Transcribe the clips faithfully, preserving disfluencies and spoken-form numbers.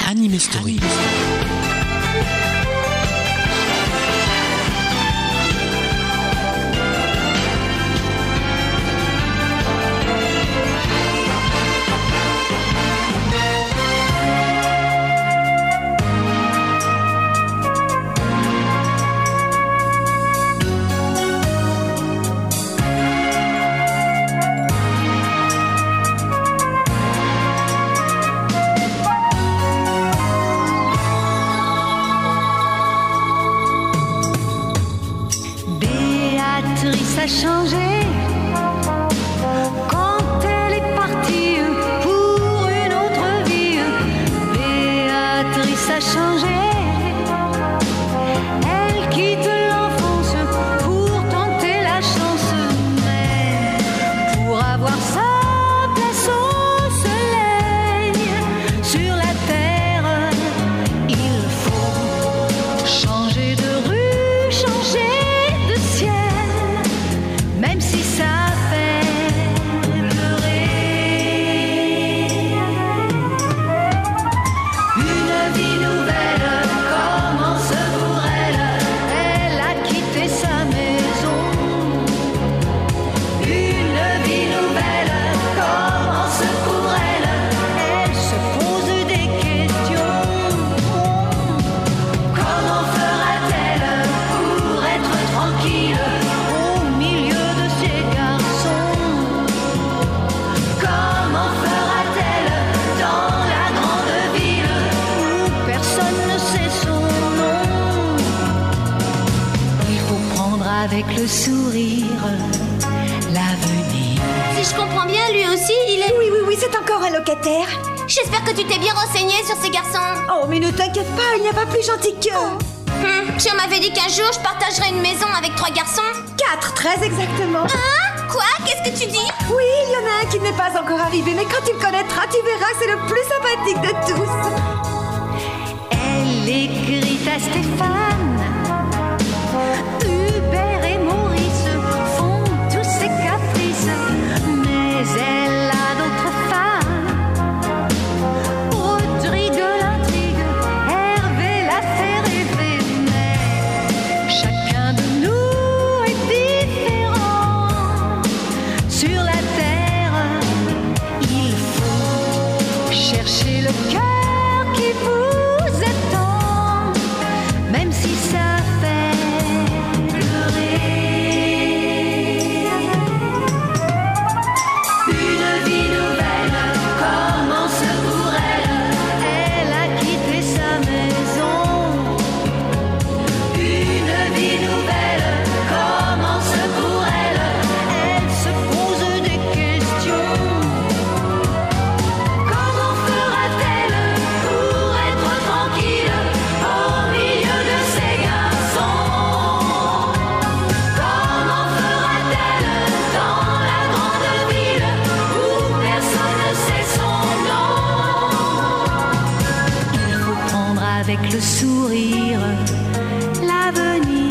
Anime Story. Béatrice a changé quand elle est partie pour une autre vie. Béatrice a changé. Elle quitte l'enfance pour tenter la chance. Mais pour avoir sa place au soleil sur la terre, il faut changer de rue, changer de ciel. Même si ça fait pleurer. Une vie nouvelle commence pour elle. Elle a quitté sa maison. Une vie nouvelle commence pour elle. Elle se pose des questions. Comment fera-t-elle pour être tranquille au milieu de ces garçons? Comment fera-t-elle dans la grande ville où personne ne sait son nom? Il faut prendre avec le sourire l'avenir. Si je comprends bien, lui aussi, il est... Oui, oui, oui, c'est encore un locataire. J'espère que tu t'es bien renseigné sur ces garçons. Oh, mais ne t'inquiète pas, il n'y a pas plus gentil qu'eux. Hum, si on m'avait dit qu'un jour je partagerais une maison avec trois garçons. Quatre, très exactement. Hein? Quoi? Qu'est-ce que tu dis? Oui, il y en a un qui n'est pas encore arrivé, mais quand tu le connaîtras, tu verras que c'est le plus sympathique de tous. Elle écrit à Stéphane. Hubert et Maurice font tous ses caprices. Mais elle a d'autres femmes. Rodrigue l'intrigue, Hervé la fait rêver. Mais chacun de nous est différent. Sur la terre, il faut chercher le cœur qui vous attend, même si ça fait pleurer. Une vie nouvelle commence pour elle. Elle a quitté sa maison. Une vie nouvelle commence pour elle. Elle se pose des questions. Comment fera-t-elle pour être tranquille au milieu de ces garçons? Comment fera-t-elle dans la grande ville où personne ne sait son nom? Il faut prendre avec le sourire l'avenir.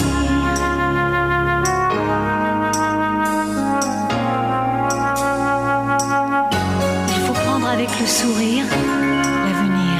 Il faut prendre avec le sourire l'avenir.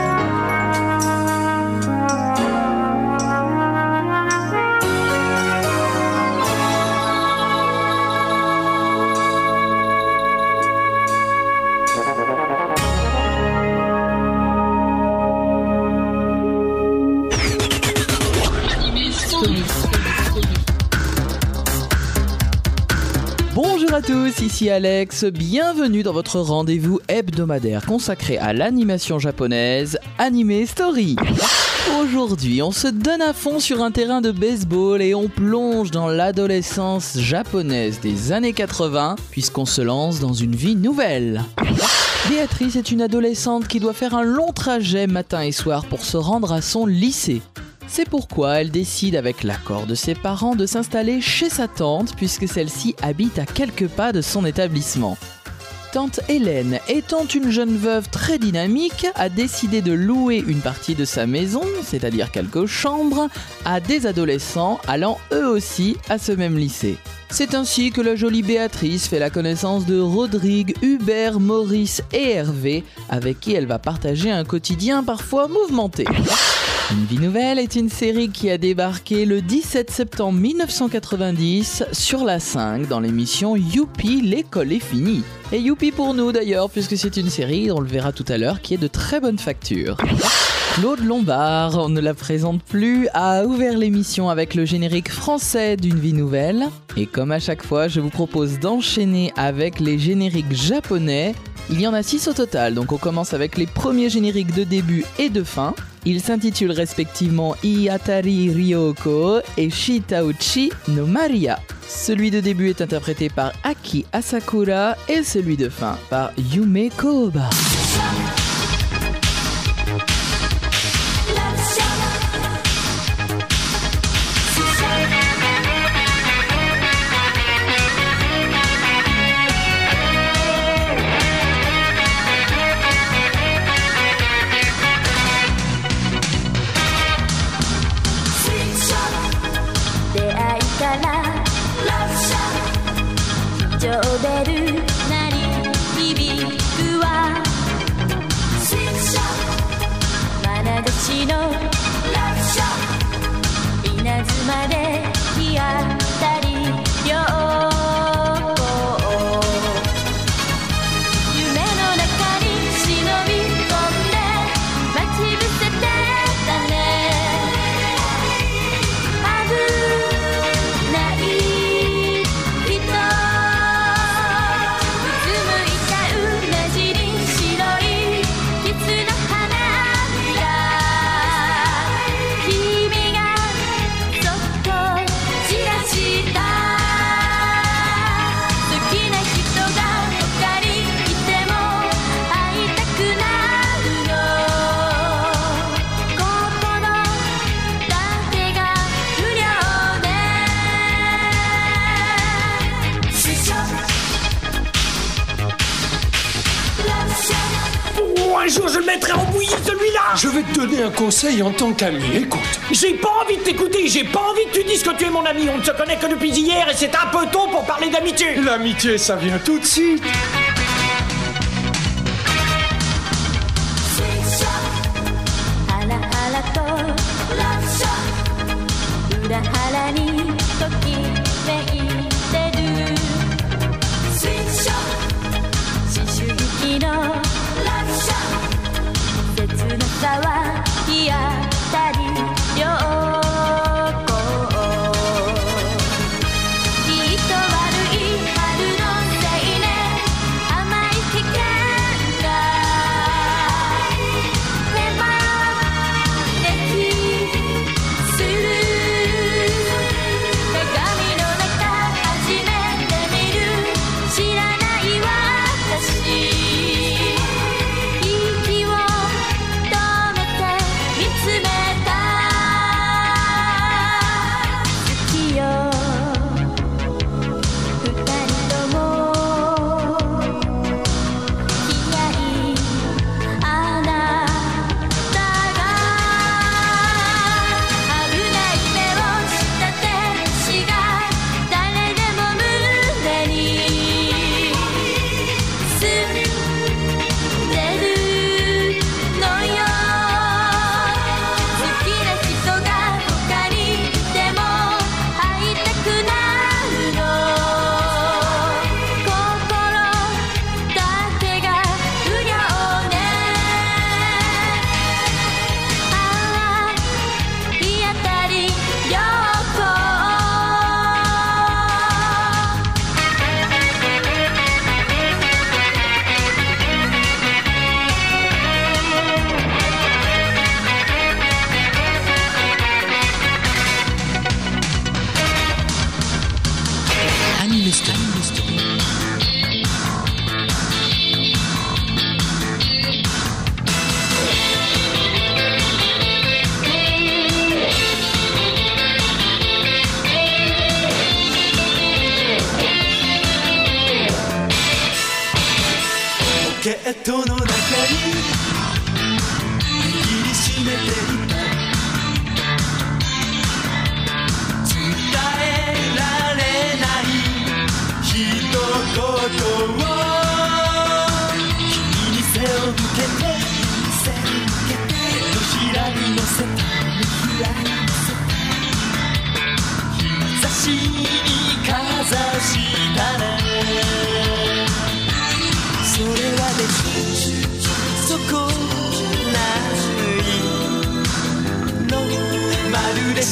Bonjour à tous, ici Alex, bienvenue dans votre rendez-vous hebdomadaire consacré à l'animation japonaise Anime Story. Aujourd'hui, on se donne à fond sur un terrain de baseball et on plonge dans l'adolescence japonaise des années quatre-vingts puisqu'on se lance dans une vie nouvelle. Béatrice est une adolescente qui doit faire un long trajet matin et soir pour se rendre à son lycée. C'est pourquoi elle décide avec l'accord de ses parents de s'installer chez sa tante puisque celle-ci habite à quelques pas de son établissement. tante Hélène, étant une jeune veuve très dynamique, a décidé de louer une partie de sa maison, c'est-à-dire quelques chambres, à des adolescents allant eux aussi à ce même lycée. C'est ainsi que la jolie Béatrice fait la connaissance de Rodrigue, Hubert, Maurice et Hervé, avec qui elle va partager un quotidien parfois mouvementé. Une vie nouvelle est une série qui a débarqué le dix-sept septembre mille neuf cent quatre-vingt-dix sur la cinq dans l'émission Youpi, l'école est finie. Et youpi pour nous d'ailleurs, puisque c'est une série, on le verra tout à l'heure, qui est de très bonne facture. Claude Lombard, on ne la présente plus, a ouvert l'émission avec le générique français d'Une vie nouvelle. Et comme à chaque fois, je vous propose d'enchaîner avec les génériques japonais. Il y en a six au total, donc on commence avec les premiers génériques de début et de fin. Ils s'intitulent respectivement Iatari Ryoko et Shitauchi no Maria. Celui de début est interprété par Aki Asakura et celui de fin par Yume Koba. Un jour, je le mettrai en bouillie, celui-là. Je vais te donner un conseil en tant qu'ami. Écoute. J'ai pas envie de t'écouter. J'ai pas envie que tu dises que tu es mon ami. On ne se connaît que depuis hier et c'est un peu tôt pour parler d'amitié. L'amitié, ça vient tout de suite.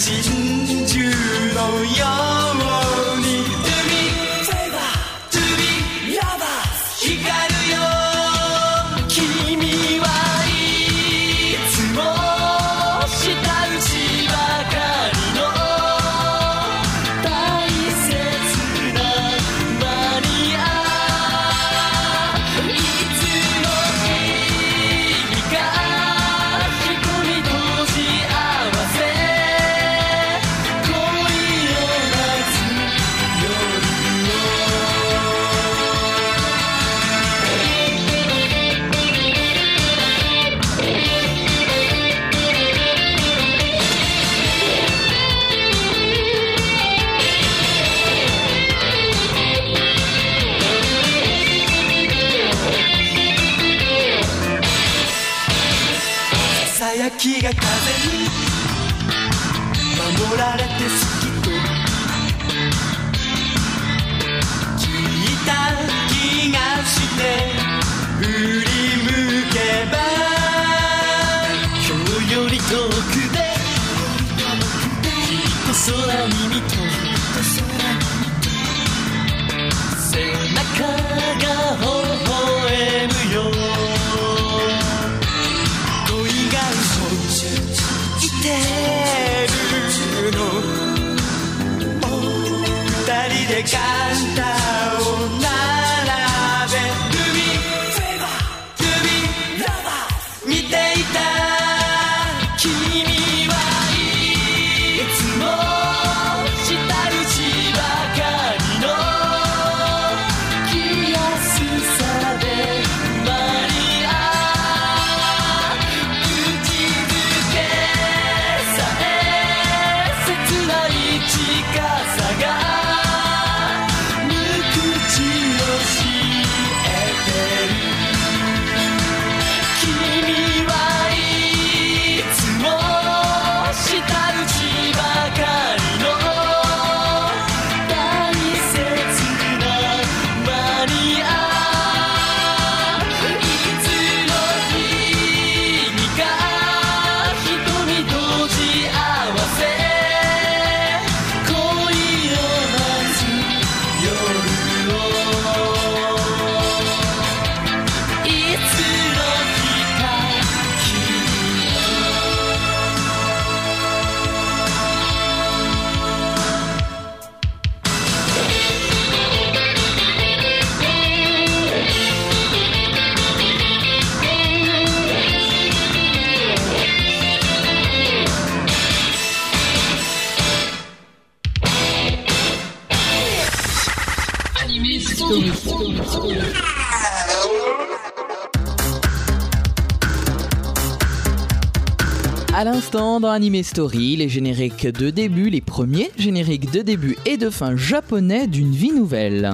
真珠のように To be forever To be lover 光るよ君はいつも舌打ちばかりの大切なマニアいつの日か瞳閉じ合わせ恋の夏夜ささやきが風に守られて好きと聞いた気がして振り向けば今日より遠くできっと空に見と背中が微笑むよ恋が嘘言ってるの二人でカンタを並べ To be forever To be lover 見ていた君はいつも舌打ちばかりの気安さでマリア口づけさえ切ない近さが無口を教えてる君はいつも舌打ちばかりの大切なマニアいつの日にか瞳閉じ合わせ恋を待つ夜をいつの日か君 À l'instant, dans Anime Story, les génériques de début, les premiers génériques de début et de fin japonais d'une vie nouvelle.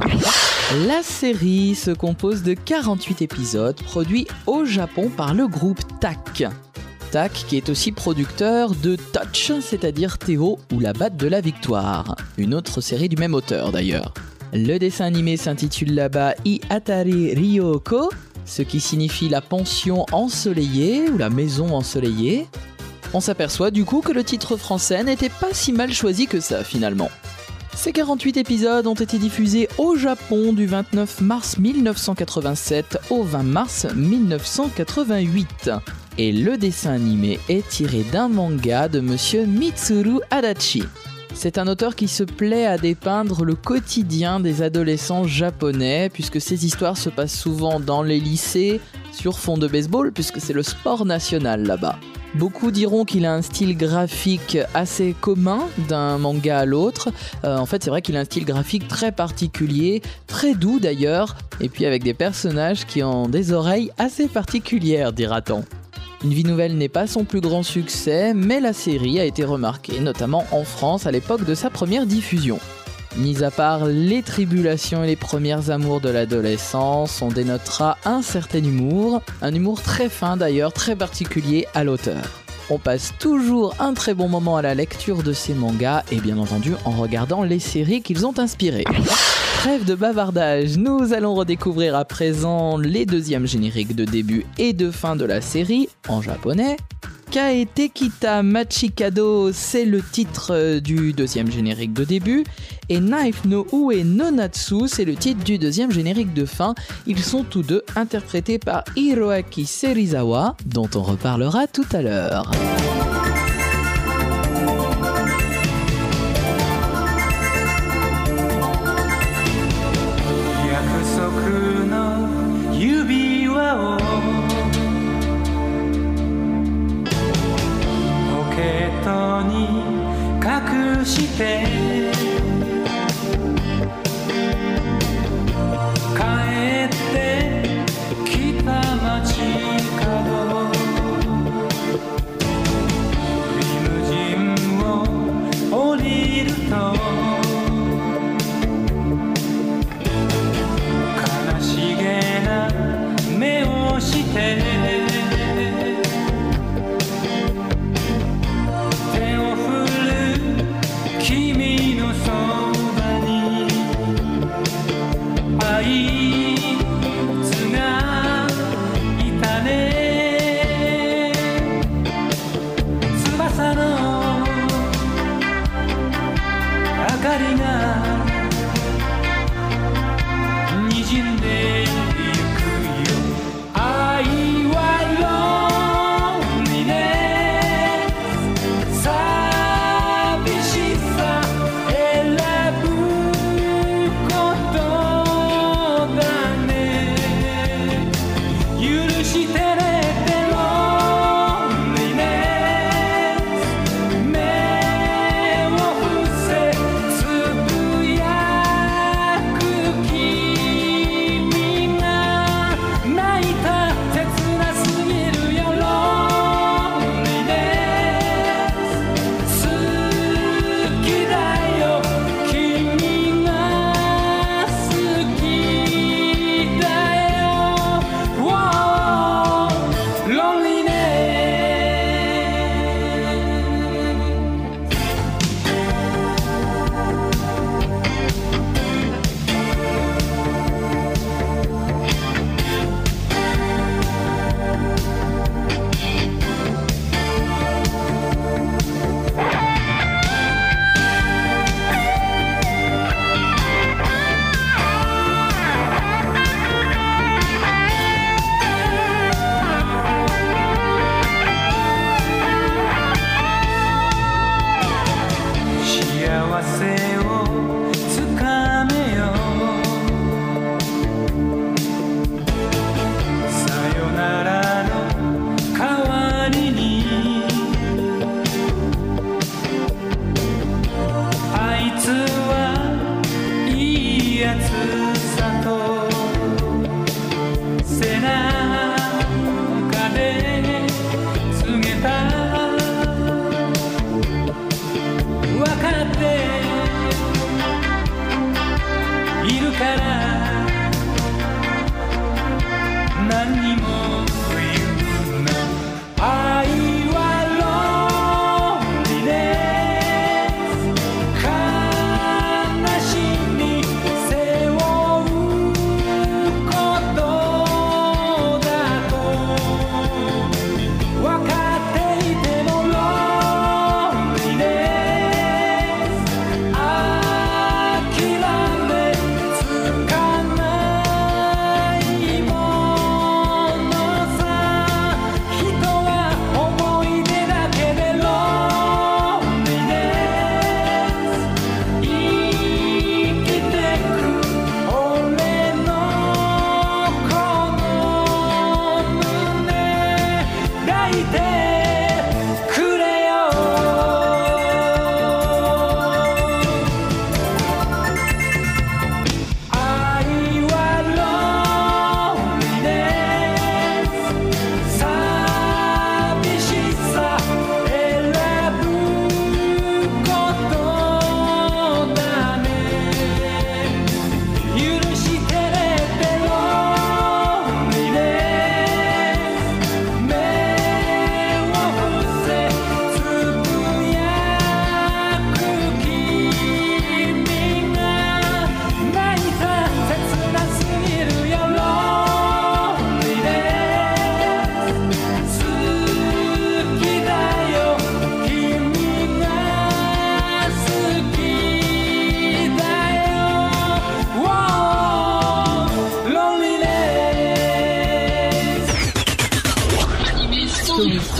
La série se compose de quarante-huit épisodes produits au Japon par le groupe T A C. T A C qui est aussi producteur de Touch, c'est-à-dire Théo ou la batte de la victoire, une autre série du même auteur d'ailleurs. Le dessin animé s'intitule là-bas I Atari Ryoko, ce qui signifie la pension ensoleillée ou la maison ensoleillée. On s'aperçoit du coup que le titre français n'était pas si mal choisi que ça finalement. Ces quarante-huit épisodes ont été diffusés au Japon du vingt-neuf mars mille neuf cent quatre-vingt-sept au vingt mars mille neuf cent quatre-vingt-huit. Et le dessin animé est tiré d'un manga de monsieur Mitsuru Adachi. C'est un auteur qui se plaît à dépeindre le quotidien des adolescents japonais, puisque ces histoires se passent souvent dans les lycées, sur fond de baseball, puisque c'est le sport national là-bas. Beaucoup diront qu'il a un style graphique assez commun d'un manga à l'autre. Euh, en fait, c'est vrai qu'il a un style graphique très particulier, très doux d'ailleurs, et puis avec des personnages qui ont des oreilles assez particulières, dira-t-on. Une vie nouvelle n'est pas son plus grand succès, mais la série a été remarquée, notamment en France à l'époque de sa première diffusion. Mis à part les tribulations et les premières amours de l'adolescence, on dénotera un certain humour, un humour très fin d'ailleurs, très particulier à l'auteur. On passe toujours un très bon moment à la lecture de ces mangas et bien entendu en regardant les séries qu'ils ont inspirées. Trêve de bavardage, nous allons redécouvrir à présent les deuxièmes génériques de début et de fin de la série en japonais. Kaete Kita Machikado, c'est le titre euh, du deuxième générique de début. Et Knife no Ue no Natsu, c'est le titre du deuxième générique de fin. Ils sont tous deux interprétés par Hiroaki Serizawa, dont on reparlera tout à l'heure.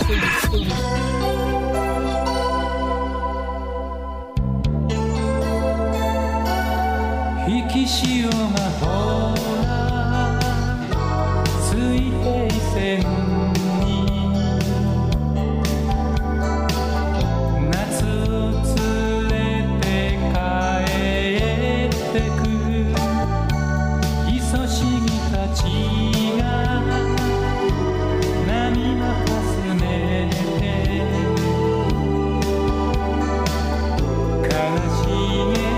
引き潮がほら水平線に夏を連れて帰ってく忙しぎたちが波がかすめて悲しげ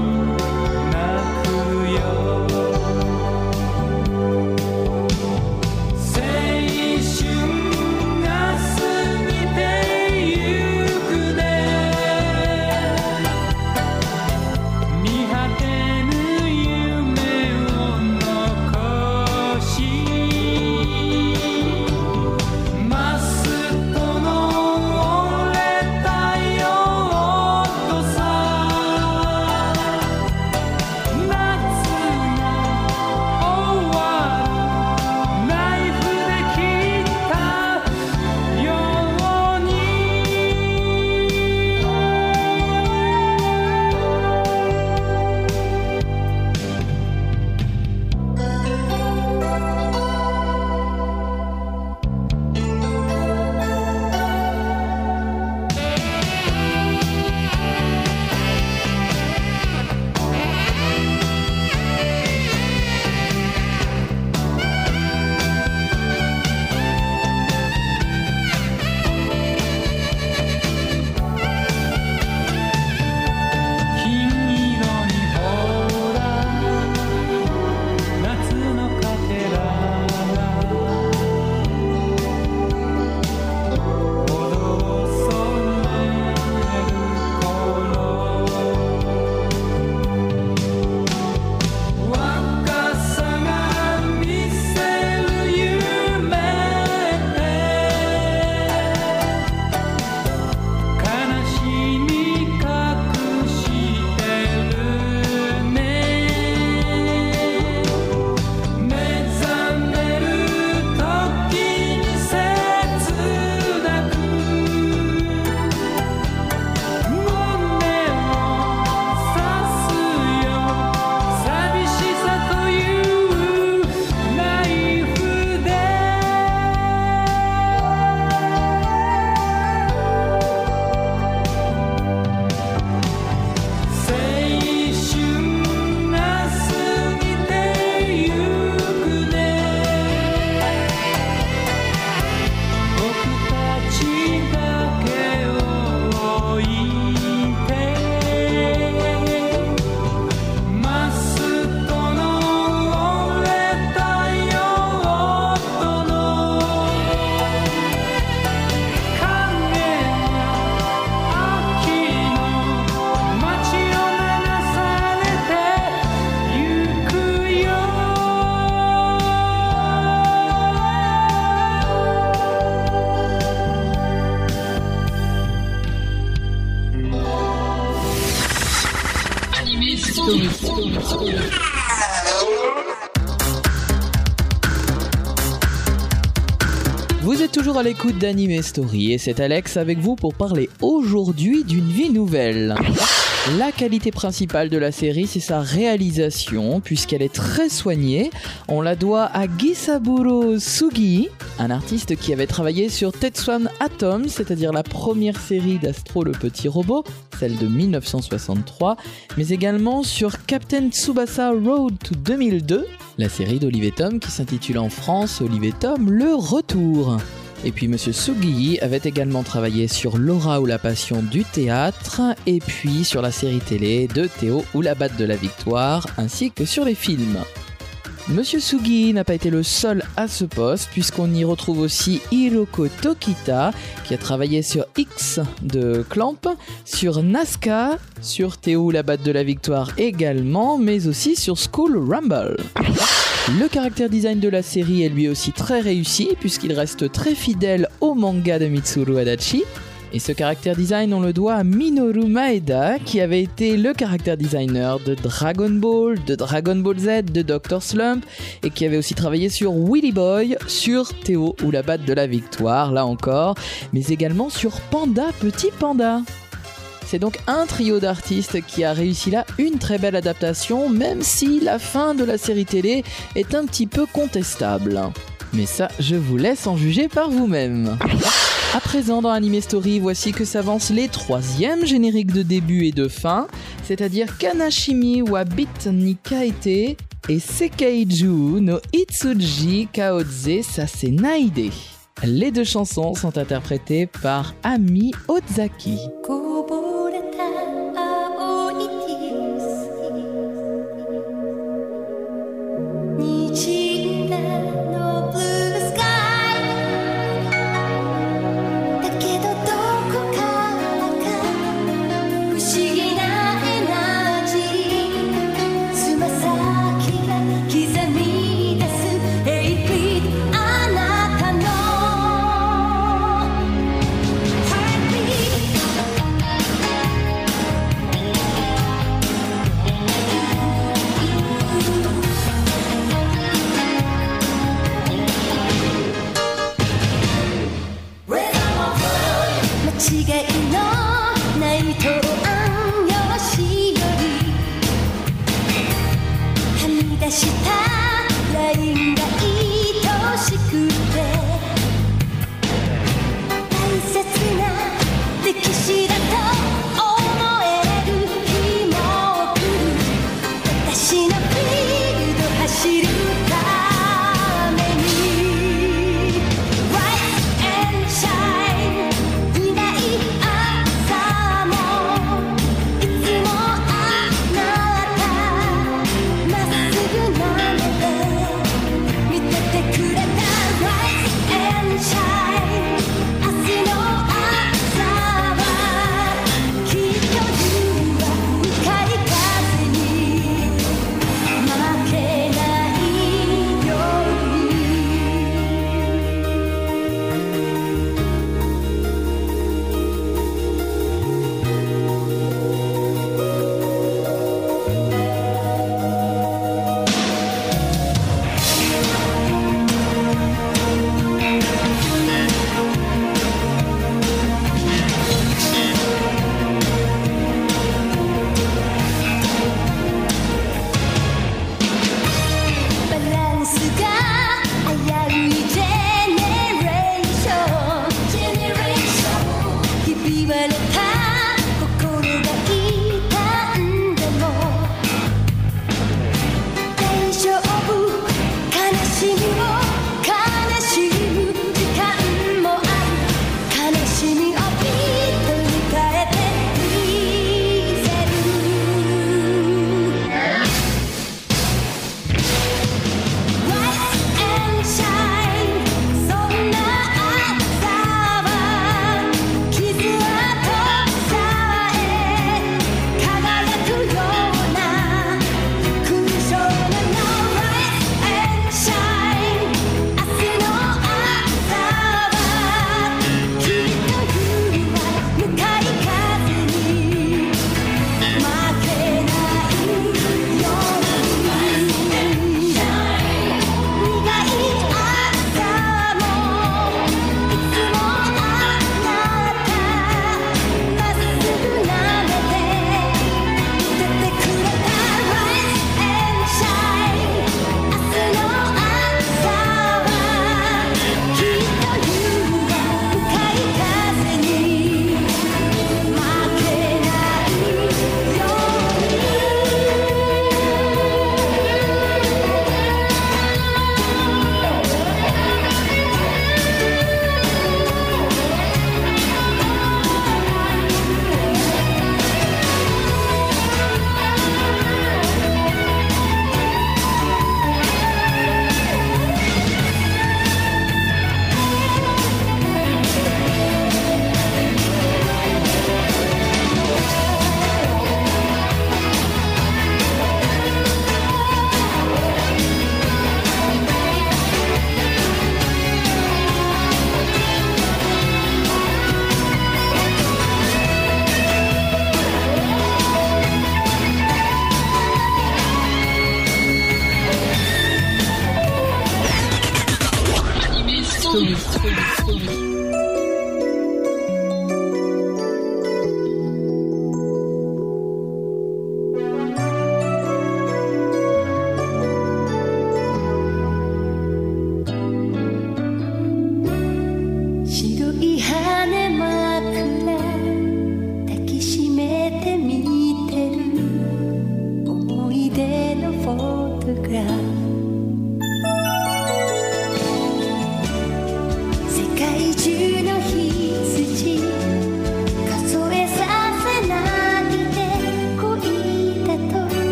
Vous êtes toujours à l'écoute d'Anime Story et c'est Alex avec vous pour parler aujourd'hui d'une vie nouvelle. La qualité principale de la série, c'est sa réalisation, puisqu'elle est très soignée. On la doit à Gisaburo Sugi, un artiste qui avait travaillé sur Tetsuan Atom, c'est-à-dire la première série d'Astro le Petit Robot, celle de dix-neuf cent soixante-trois, mais également sur Captain Tsubasa Road to deux mille deux, la série d'Olive et Tom qui s'intitule en France Olive et Tom Le Retour. Et puis Monsieur Sugi avait également travaillé sur Laura ou la Passion du théâtre, et puis sur la série télé de Théo ou la Batte de la Victoire, ainsi que sur les films. Monsieur Sugi n'a pas été le seul à ce poste, puisqu'on y retrouve aussi Hiroko Tokita, qui a travaillé sur X de Clamp, sur Nazca, sur Théo ou la Batte de la Victoire également, mais aussi sur School Rumble. Le caractère design de la série est lui aussi très réussi, puisqu'il reste très fidèle au manga de Mitsuru Adachi. Et ce caractère design, on le doit à Minoru Maeda, qui avait été le caractère designer de Dragon Ball, de Dragon Ball Z, de docteur Slump, et qui avait aussi travaillé sur Willy Boy, sur Théo ou la batte de la victoire, là encore, mais également sur Panda Petit Panda. C'est donc un trio d'artistes qui a réussi là une très belle adaptation, même si la fin de la série télé est un petit peu contestable. Mais ça, je vous laisse en juger par vous-même. À présent, dans Anime Story, voici que s'avancent les troisièmes génériques de début et de fin, c'est-à-dire Kanashimi wa Bit ni Kaete et Sekeiju no Itsuji Kaoze Sasenaide. Les deux chansons sont interprétées par Ami Ozaki. こぼれた青いティースにじんだのブルースカイだけどどこからか不思議なエナジーつま先が刻み出すエイピートあなたの間違いのない答案用紙よりはみ出したラインが愛しくて大切な歴史だと思える日も来る私のフィールド走るために Rise and shine 未来あ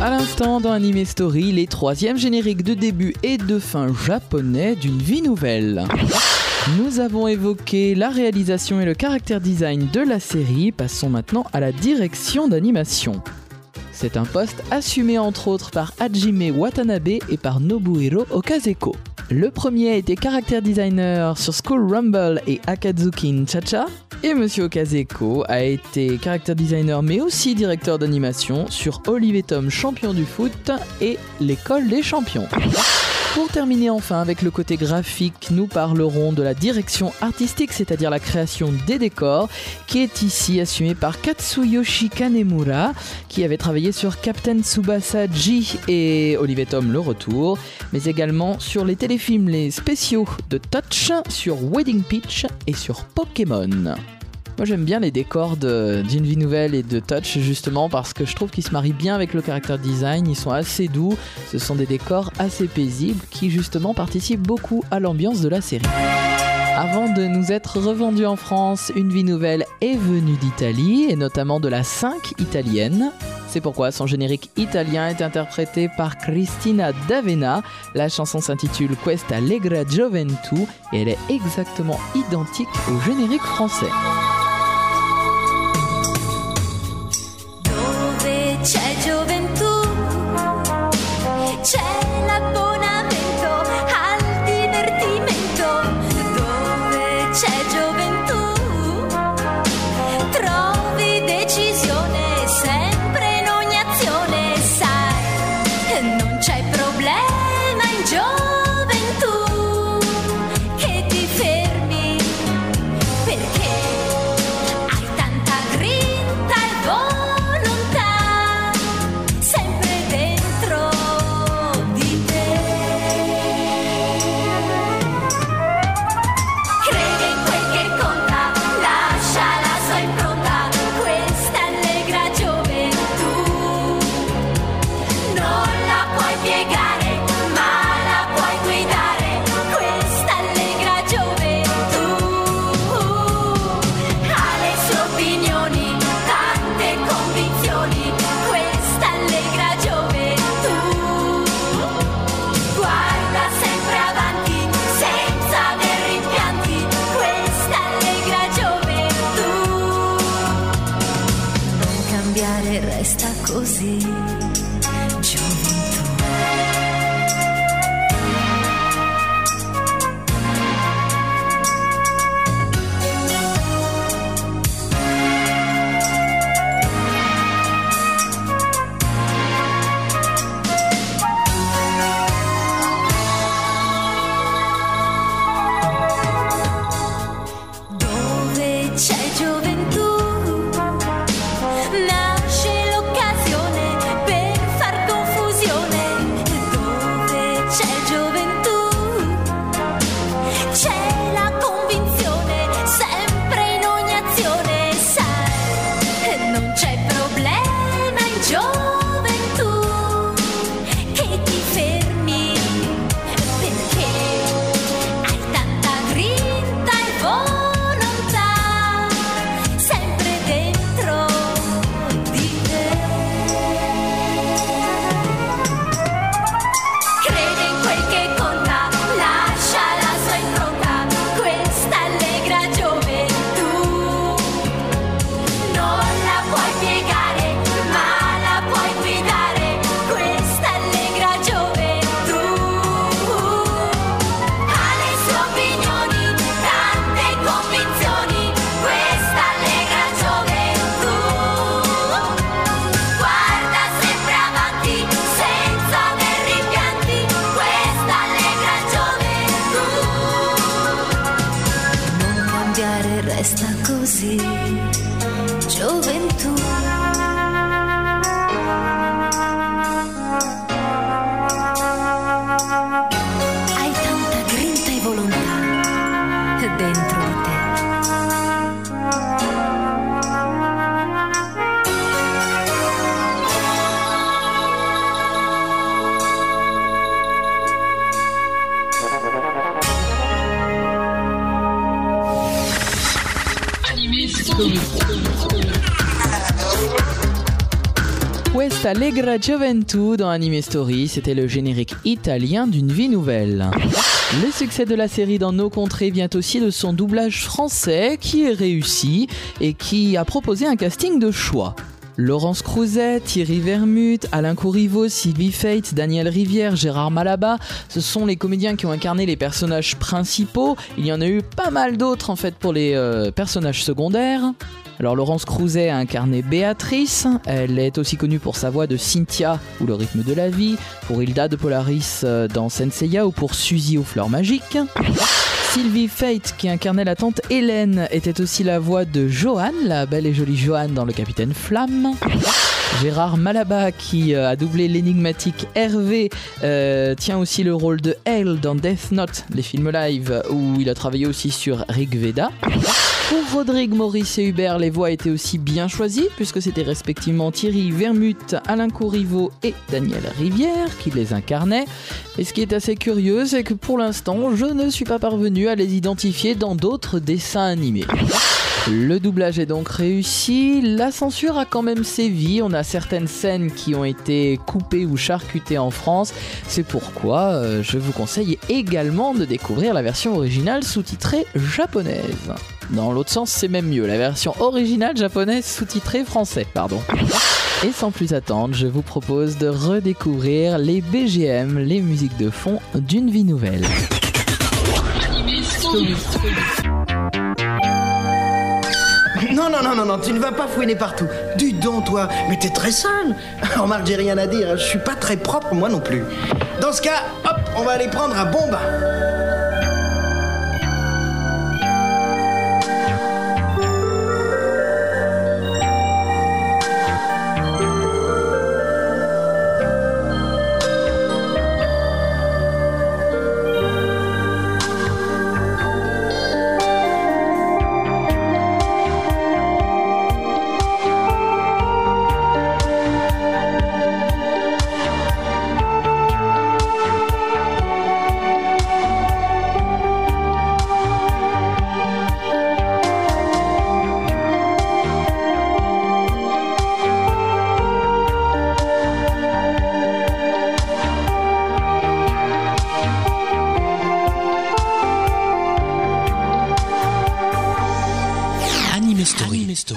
À l'instant dans Anime Story, les troisièmes génériques de début et de fin japonais d'une vie nouvelle. Nous avons évoqué la réalisation et le caractère design de la série, passons maintenant à la direction d'animation. C'est un poste assumé entre autres par Hajime Watanabe et par Nobuhiro Okazeko. Le premier a été caractère designer sur School Rumble et Akazuki Cha-Cha, et Monsieur Okazeko a été caractère designer mais aussi directeur d'animation sur Olive et Tom, champion du foot, et l'école des champions. Pour terminer enfin avec le côté graphique, nous parlerons de la direction artistique, c'est-à-dire la création des décors, qui est ici assumée par Katsuyoshi Kanemura, qui avait travaillé sur Captain Tsubasa J et Olive et Tom le retour, mais également sur les téléfilms les spéciaux de Touch, sur Wedding Peach et sur Pokémon. Moi j'aime bien les décors de D'une Vie Nouvelle et de Touch justement parce que je trouve qu'ils se marient bien avec le caractère design, ils sont assez doux, ce sont des décors assez paisibles qui justement participent beaucoup à l'ambiance de la série. Avant de nous être revendus en France, Une Vie Nouvelle est venue d'Italie et notamment de la cinq italienne. C'est pourquoi son générique italien est interprété par Cristina D'Avena. La chanson s'intitule Questa Allegra Gioventù et elle est exactement identique au générique français. C'è gioventù, c'è l'abbonamento al divertimento. Dove c'è gioventù, trovi decisione sempre in ogni azione. Sai, non c'è problema in gioventù che ti fermi, perché hai tanta grinta e volontà. Resta così, gioventù. Dove c'è gioventù, puoi Questa Allegra Gioventù dans Anime Story, c'était le générique italien d'une vie nouvelle. Le succès de la série dans nos contrées vient aussi de son doublage français qui est réussi et qui a proposé un casting de choix. Laurence Crouzet, Thierry Vermut, Alain Corriveau, Sylvie Fate, Daniel Rivière, Gérard Malaba, ce sont les comédiens qui ont incarné les personnages principaux. Il y en a eu pas mal d'autres en fait pour les euh, personnages secondaires. Alors Laurence Crouzet a incarné Béatrice, elle est aussi connue pour sa voix de Cynthia ou Le rythme de la vie, pour Hilda de Polaris dans Senseiya ou pour Suzy aux fleurs magiques. Sylvie Fate, qui incarnait la tante Hélène, était aussi la voix de Joanne, la belle et jolie Joanne dans Le Capitaine Flamme. Gérard Malaba, qui a doublé l'énigmatique Hervé, euh, tient aussi le rôle de Hale dans Death Note, les films live, où il a travaillé aussi sur Rig Veda. Pour Rodrigue, Maurice et Hubert, les voix étaient aussi bien choisies, puisque c'était respectivement Thierry Vermut, Alain Corriveau et Daniel Rivière qui les incarnaient. Et ce qui est assez curieux, c'est que pour l'instant, je ne suis pas parvenu à les identifier dans d'autres dessins animés. Le doublage est donc réussi, la censure a quand même sévi, on a certaines scènes qui ont été coupées ou charcutées en France, c'est pourquoi euh, je vous conseille également de découvrir la version originale sous-titrée japonaise. Dans l'autre sens, c'est même mieux, la version originale japonaise sous-titrée français, pardon. Et sans plus attendre, je vous propose de redécouvrir les B G M, les musiques de fond d'une vie nouvelle. Non, non, non, non, non, tu ne vas pas fouiner partout. Du don, toi. Mais t'es très sale. Remarque, j'ai rien à dire. Je suis pas très propre, moi non plus. Dans ce cas, hop, on va aller prendre un bon bain. Anime Story.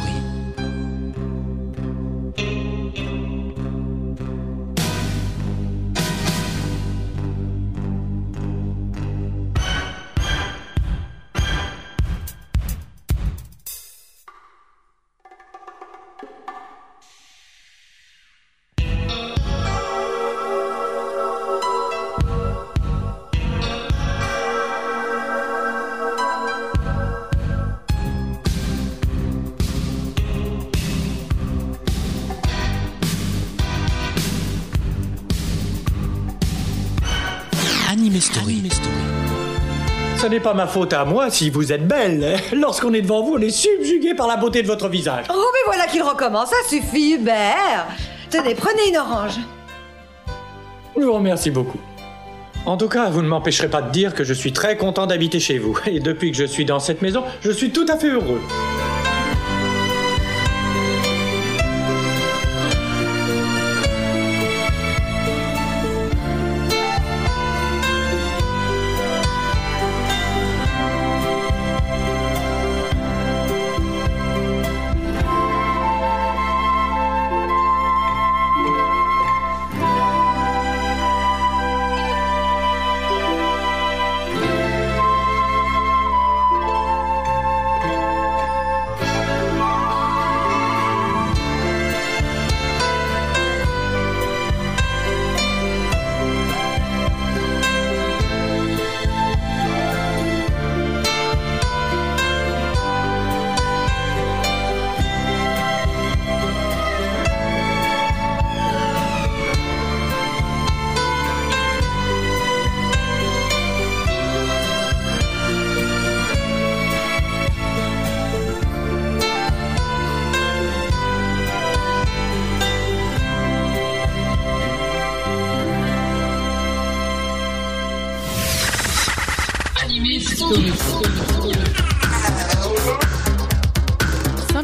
Anime Story. Anime Story. Ce n'est pas ma faute à moi si vous êtes belle. Lorsqu'on est devant vous, on est subjugué par la beauté de votre visage. Oh, mais voilà qu'il recommence, ça suffit, Hubert. Tenez, prenez une orange. Je vous remercie beaucoup. En tout cas, vous ne m'empêcherez pas de dire que je suis très content d'habiter chez vous. Et depuis que je suis dans cette maison, je suis tout à fait heureux.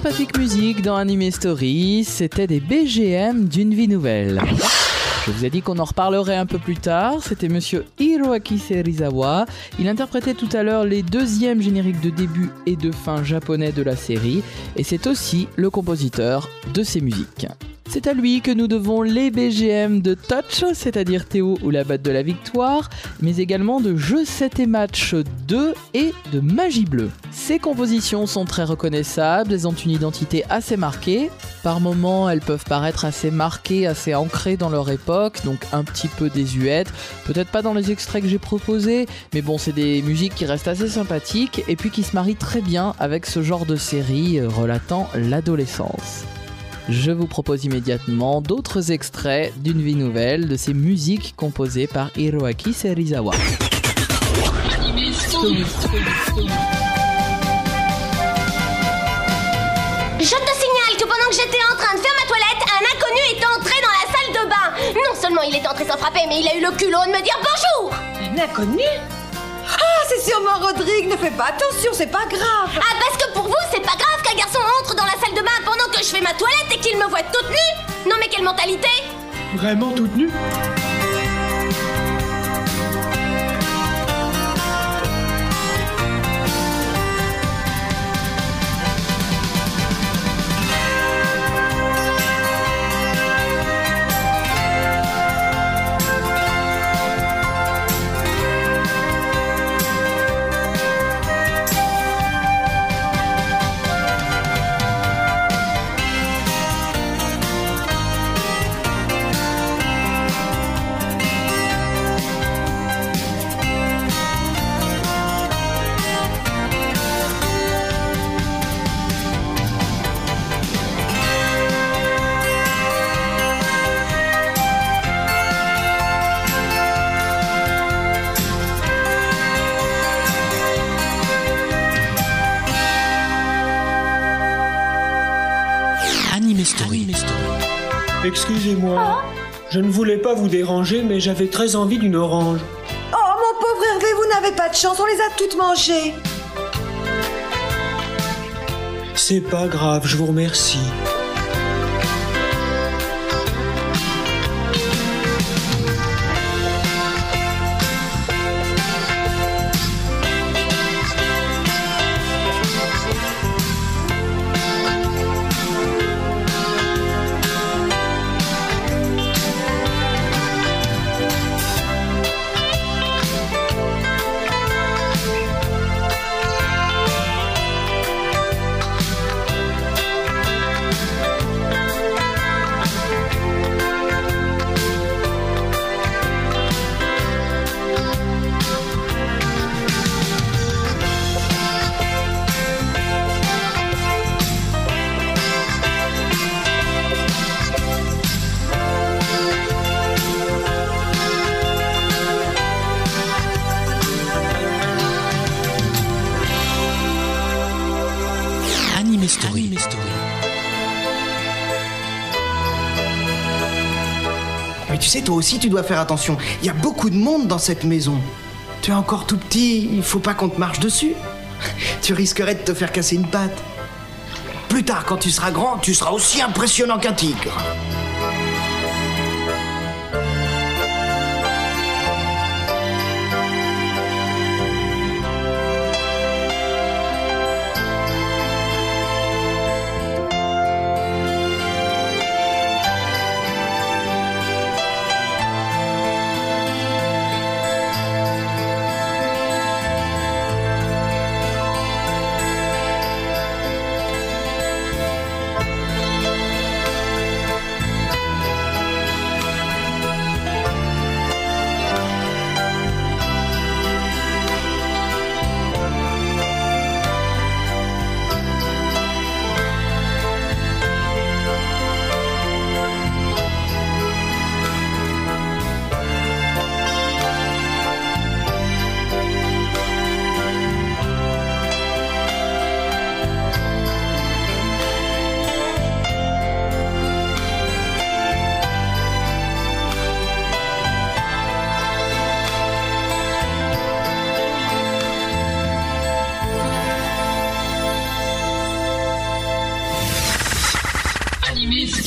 sympathique musique dans Anime Story, c'était des B G M d'une vie nouvelle. Je vous ai dit qu'on en reparlerait un peu plus tard, c'était monsieur Hiroaki Serizawa. Il interprétait tout à l'heure les deuxièmes génériques de début et de fin japonais de la série, et c'est aussi le compositeur de ces musiques. C'est à lui que nous devons les B G M de Touch, c'est-à-dire Théo ou la batte de la victoire, mais également de Jeux sept et Match deux et de Magie Bleue. Ces compositions sont très reconnaissables, elles ont une identité assez marquée. Par moments, elles peuvent paraître assez marquées, assez ancrées dans leur époque, donc un petit peu désuètes. Peut-être pas dans les extraits que j'ai proposés, mais bon, c'est des musiques qui restent assez sympathiques et puis qui se marient très bien avec ce genre de série relatant l'adolescence. Je vous propose immédiatement d'autres extraits d'une vie nouvelle de ces musiques composées par Hiroaki Serizawa. Je te signale que pendant que j'étais en train de faire ma toilette, un inconnu est entré dans la salle de bain. Non seulement il est entré sans frapper, mais il a eu le culot de me dire bonjour. Un inconnu? Ah, c'est sûrement Rodrigue, ne fais pas attention, c'est pas grave. Ah, parce que pour vous, c'est pas grave qu'un garçon entre dans la salle de bain pendant que je fais ma toilette et qu'il me voit toute nue? Non mais quelle mentalité! Vraiment toute nue? Excusez-moi, je ne voulais pas vous déranger, mais j'avais très envie d'une orange. Oh, mon pauvre Hervé, vous n'avez pas de chance, on les a toutes mangées. C'est pas grave, je vous remercie. Anime Story. Mais tu sais, toi aussi, tu dois faire attention. Il y a beaucoup de monde dans cette maison. Tu es encore tout petit, il faut pas qu'on te marche dessus. Tu risquerais de te faire casser une patte. Plus tard, quand tu seras grand, tu seras aussi impressionnant qu'un tigre.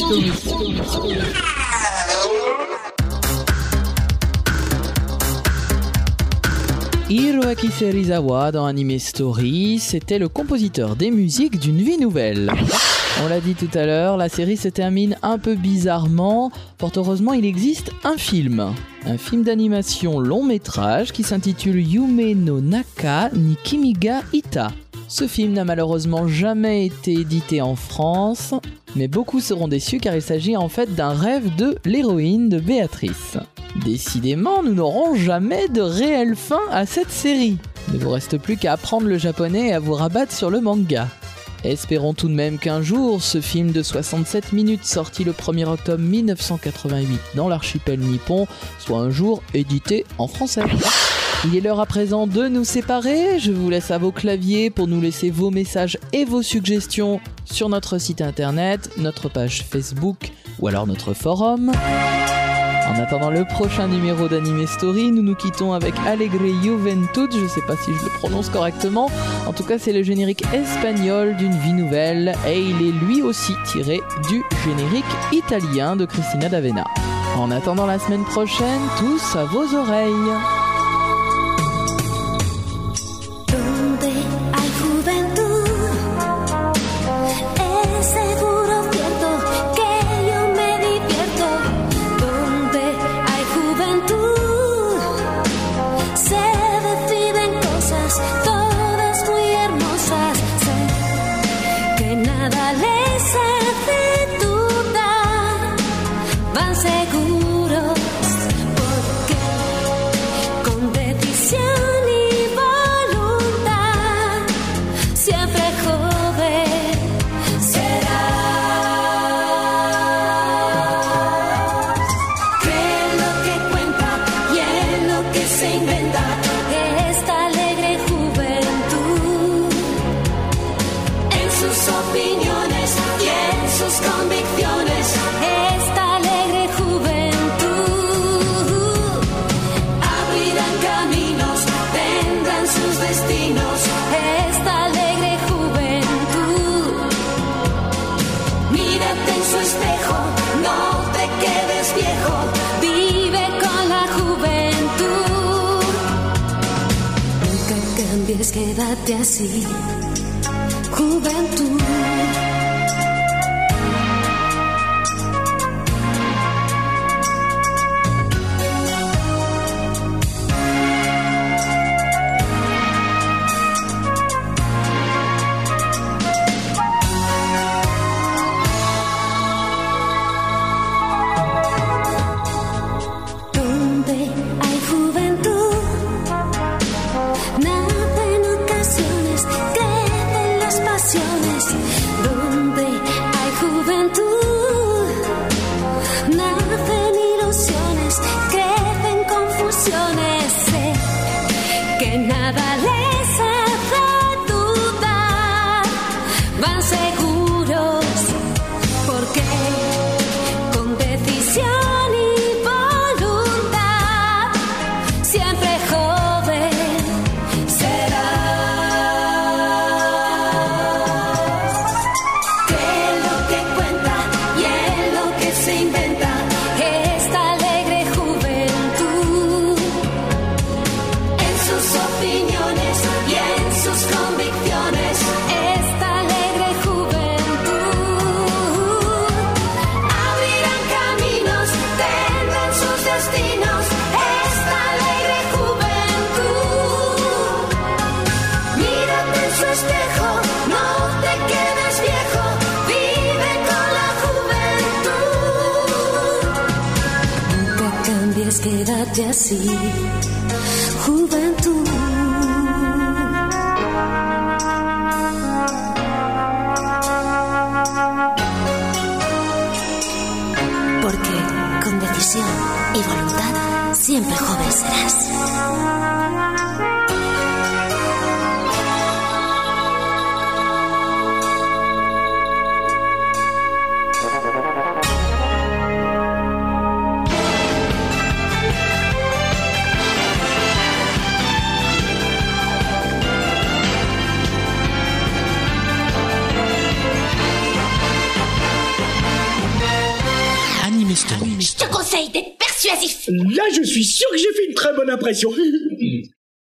Story. Hiroaki Serizawa dans Anime Story, c'était le compositeur des musiques d'Une vie nouvelle. On l'a dit tout à l'heure, la série se termine un peu bizarrement. Fort heureusement, il existe un film. Un film d'animation long métrage qui s'intitule Yume no Naka ni Kimi ga Ita. Ce film n'a malheureusement jamais été édité en France, mais beaucoup seront déçus car il s'agit en fait d'un rêve de l'héroïne de Béatrice. Décidément, nous n'aurons jamais de réelle fin à cette série. Il ne vous reste plus qu'à apprendre le japonais et à vous rabattre sur le manga. Espérons tout de même qu'un jour, ce film de soixante-sept minutes sorti le premier octobre mille neuf cent quatre-vingt-huit dans l'archipel nippon soit un jour édité en français. Il est l'heure à présent de nous séparer. Je vous laisse à vos claviers pour nous laisser vos messages et vos suggestions sur notre site internet, notre page Facebook ou alors notre forum. En attendant le prochain numéro d'Anime Story, nous nous quittons avec Alegre Juventud, je sais pas si je le prononce correctement, en tout cas c'est le générique espagnol d'Une vie nouvelle et il est lui aussi tiré du générique italien de Cristina d'Avena. En attendant la semaine prochaine, tous à vos oreilles. Quédate así, juventud. Quédate así, juventud. Porque con decisión y voluntad siempre joven serás. Animé Story. Je te conseille d'être persuasif. Là, je suis sûr que j'ai fait une très bonne impression.